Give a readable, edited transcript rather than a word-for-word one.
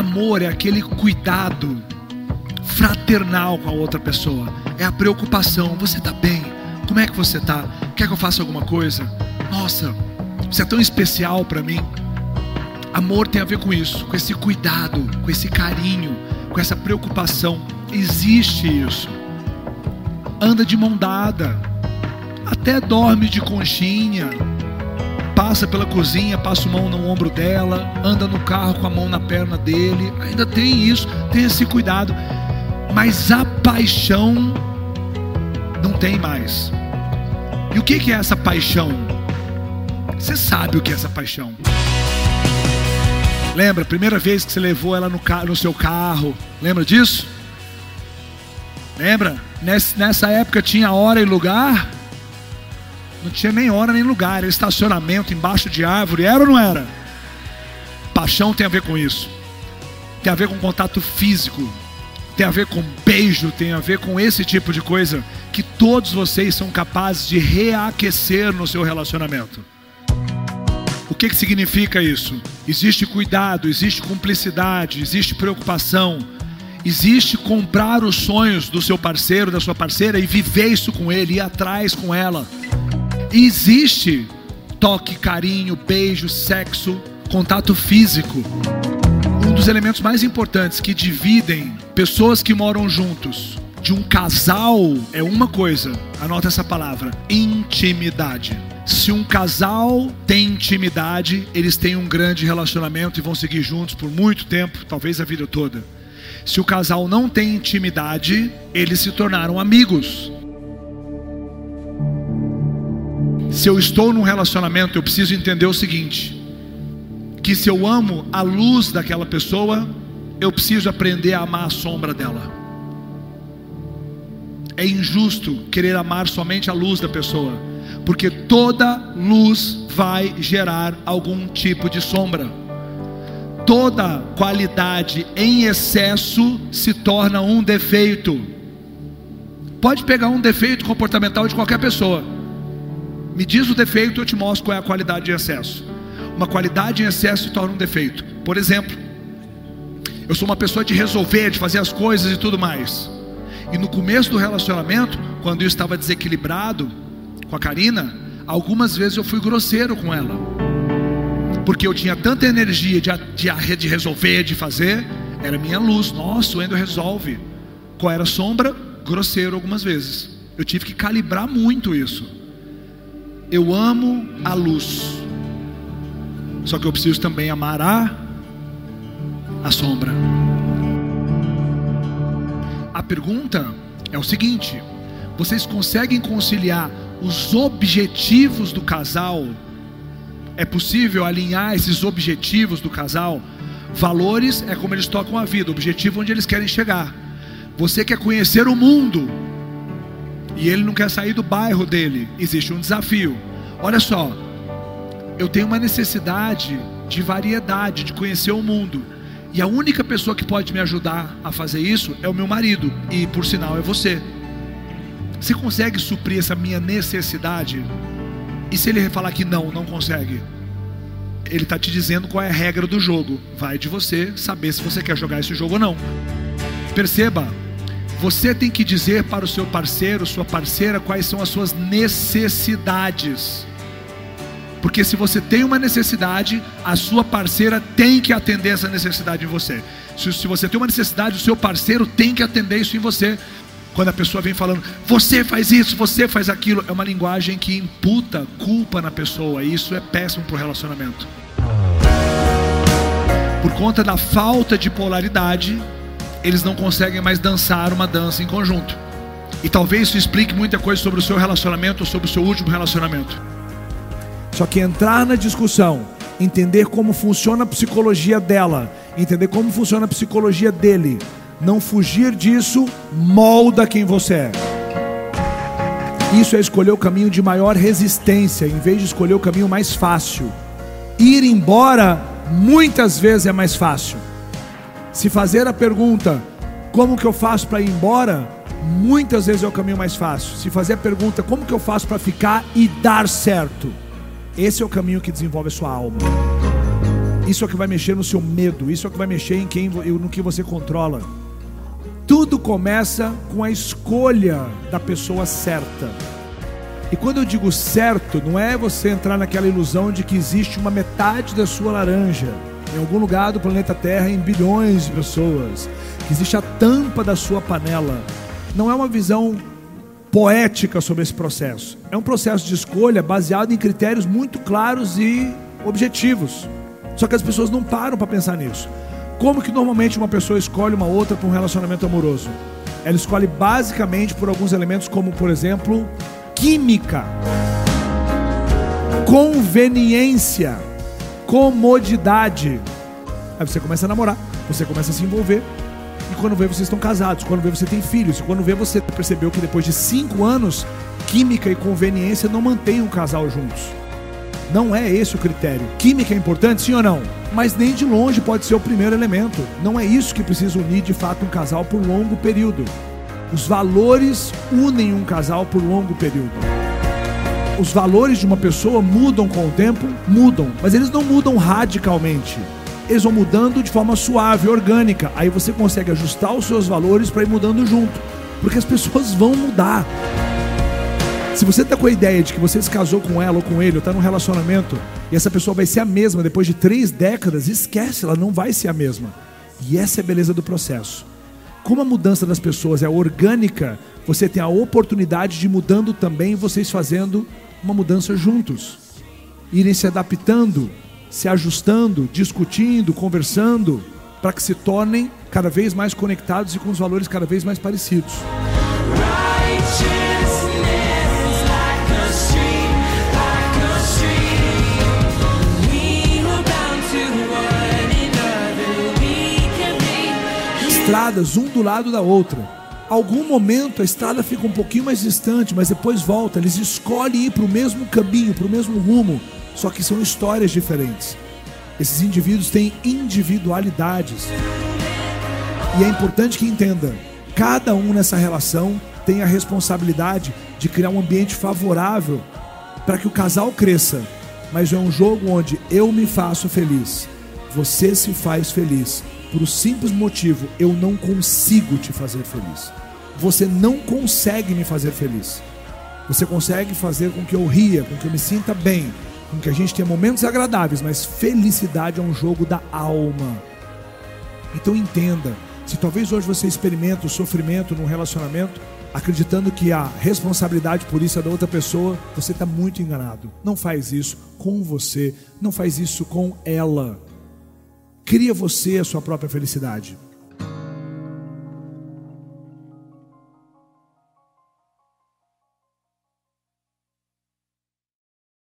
amor é aquele cuidado fraternal com a outra pessoa. É a preocupação. Você está bem? Como é que você está? Quer que eu faça alguma coisa? Nossa, você é tão especial para mim. Amor tem a ver com isso, com esse cuidado, com esse carinho, com essa preocupação. Existe isso. Anda de mão dada, até dorme de conchinha, passa pela cozinha, passa a mão no ombro dela, anda no carro com a mão na perna dele. Ainda tem isso, tem esse cuidado. Mas a paixão não tem mais. E o que é essa paixão? Você sabe o que é essa paixão? Lembra a primeira vez que você levou ela no seu carro? Lembra disso? Lembra? Nessa época tinha hora e lugar? Não tinha nem hora nem lugar. Era estacionamento embaixo de árvore. Era ou não era? Paixão tem a ver com isso. Tem a ver com contato físico. Tem a ver com beijo. Tem a ver com esse tipo de coisa que todos vocês são capazes de reaquecer no seu relacionamento. O que significa isso? Existe cuidado, existe cumplicidade, existe preocupação, existe comprar os sonhos do seu parceiro, da sua parceira e viver isso com ele, ir atrás com ela. E existe toque, carinho, beijo, sexo, contato físico. Um dos elementos mais importantes que dividem pessoas que moram juntos de um casal é uma coisa, anota essa palavra: intimidade. Se um casal tem intimidade, eles têm um grande relacionamento e vão seguir juntos por muito tempo, talvez a vida toda. Se o casal não tem intimidade, eles se tornaram amigos. Se eu estou num relacionamento, eu preciso entender o seguinte: que se eu amo a luz daquela pessoa, eu preciso aprender a amar a sombra dela. É injusto querer amar somente a luz da pessoa, porque toda luz vai gerar algum tipo de sombra. Toda qualidade em excesso se torna um defeito. Pode pegar um defeito comportamental de qualquer pessoa. Me diz o defeito, eu te mostro qual é a qualidade em excesso. Uma qualidade em excesso se torna um defeito. Por exemplo, eu sou uma pessoa de resolver, de fazer as coisas e tudo mais. E no começo do relacionamento, quando eu estava desequilibrado com a Karina, algumas vezes eu fui grosseiro com ela, porque eu tinha tanta energia de resolver, de fazer. Era minha luz. Nossa, o Endo resolve. Qual era a sombra? Grosseiro algumas vezes. Eu tive que calibrar muito isso. Eu amo a luz, só que eu preciso também amar a sombra. A pergunta é o seguinte: vocês conseguem conciliar os objetivos do casal? É possível alinhar esses objetivos do casal? Valores é como eles tocam a vida, objetivo onde eles querem chegar. Você quer conhecer o mundo e ele não quer sair do bairro dele. Existe um desafio. Olha só, eu tenho uma necessidade de variedade, de conhecer o mundo, e a única pessoa que pode me ajudar a fazer isso é o meu marido, e por sinal é você. Você consegue suprir essa minha necessidade? E se ele falar que não consegue, ele está te dizendo qual é a regra do jogo. Vai de você saber se você quer jogar esse jogo ou não. Perceba, você tem que dizer para o seu parceiro, sua parceira, quais são as suas necessidades. Porque se você tem uma necessidade, a sua parceira tem que atender essa necessidade em você. Se você tem uma necessidade, o seu parceiro tem que atender isso em você. Quando a pessoa vem falando, você faz isso, você faz aquilo, é uma linguagem que imputa culpa na pessoa, e isso é péssimo para o relacionamento. Por conta da falta de polaridade, eles não conseguem mais dançar uma dança em conjunto. E talvez isso explique muita coisa sobre o seu relacionamento ou sobre o seu último relacionamento. Só que entrar na discussão, entender como funciona a psicologia dela, entender como funciona a psicologia dele, não fugir disso, molda quem você é. Isso é escolher o caminho de maior resistência, em vez de escolher o caminho mais fácil. Ir embora, muitas vezes é mais fácil. Se fazer a pergunta, como que eu faço para ir embora? Muitas vezes é o caminho mais fácil. Se fazer a pergunta, como que eu faço para ficar e dar certo? Esse é o caminho que desenvolve a sua alma. Isso é o que vai mexer no seu medo. Isso é o que vai mexer no que você controla. Tudo começa com a escolha da pessoa certa. E quando eu digo certo, não é você entrar naquela ilusão de que existe uma metade da sua laranja em algum lugar do planeta Terra, em bilhões de pessoas, que existe a tampa da sua panela. Não é uma visão poética sobre esse processo. É um processo de escolha baseado em critérios muito claros e objetivos. Só que as pessoas não param para pensar nisso. Como que normalmente uma pessoa escolhe uma outra para um relacionamento amoroso? Ela escolhe basicamente por alguns elementos como, por exemplo, química, conveniência, comodidade. Aí você começa a namorar, você começa a se envolver, e quando vê vocês estão casados, quando vê você tem filhos, e quando vê você percebeu que depois de 5 anos, química e conveniência não mantêm um casal juntos. Não é esse o critério. Química é importante, sim ou não? Mas nem de longe pode ser o primeiro elemento. Não é isso que precisa unir de fato um casal por longo período. Os valores unem um casal por longo período. Os valores de uma pessoa mudam com o tempo? Mudam, mas eles não mudam radicalmente. Eles vão mudando de forma suave, orgânica. Aí você consegue ajustar os seus valores para ir mudando junto, porque as pessoas vão mudar. Se você está com a ideia de que você se casou com ela ou com ele, ou está num relacionamento, e essa pessoa vai ser a mesma depois de 3 décadas, esquece, ela não vai ser a mesma. E essa é a beleza do processo. Como a mudança das pessoas é orgânica, você tem a oportunidade de ir mudando também, vocês fazendo uma mudança juntos. Irem se adaptando, se ajustando, discutindo, conversando, para que se tornem cada vez mais conectados e com os valores cada vez mais parecidos. Estradas um do lado da outra. Algum momento a estrada fica um pouquinho mais distante, mas depois volta. Eles escolhem ir para o mesmo caminho, para o mesmo rumo, só que são histórias diferentes. Esses indivíduos têm individualidades. E é importante que entenda, cada um nessa relação tem a responsabilidade de criar um ambiente favorável para que o casal cresça. Mas é um jogo onde eu me faço feliz, você se faz feliz. Por um simples motivo, eu não consigo te fazer feliz. Você não consegue me fazer feliz. Você consegue fazer com que eu ria, com que eu me sinta bem, com que a gente tenha momentos agradáveis, mas felicidade é um jogo da alma. Então entenda, se talvez hoje você experimenta o sofrimento num relacionamento, acreditando que a responsabilidade por isso é da outra pessoa, você está muito enganado. Não faz isso com você, não faz isso com ela. Cria você a sua própria felicidade.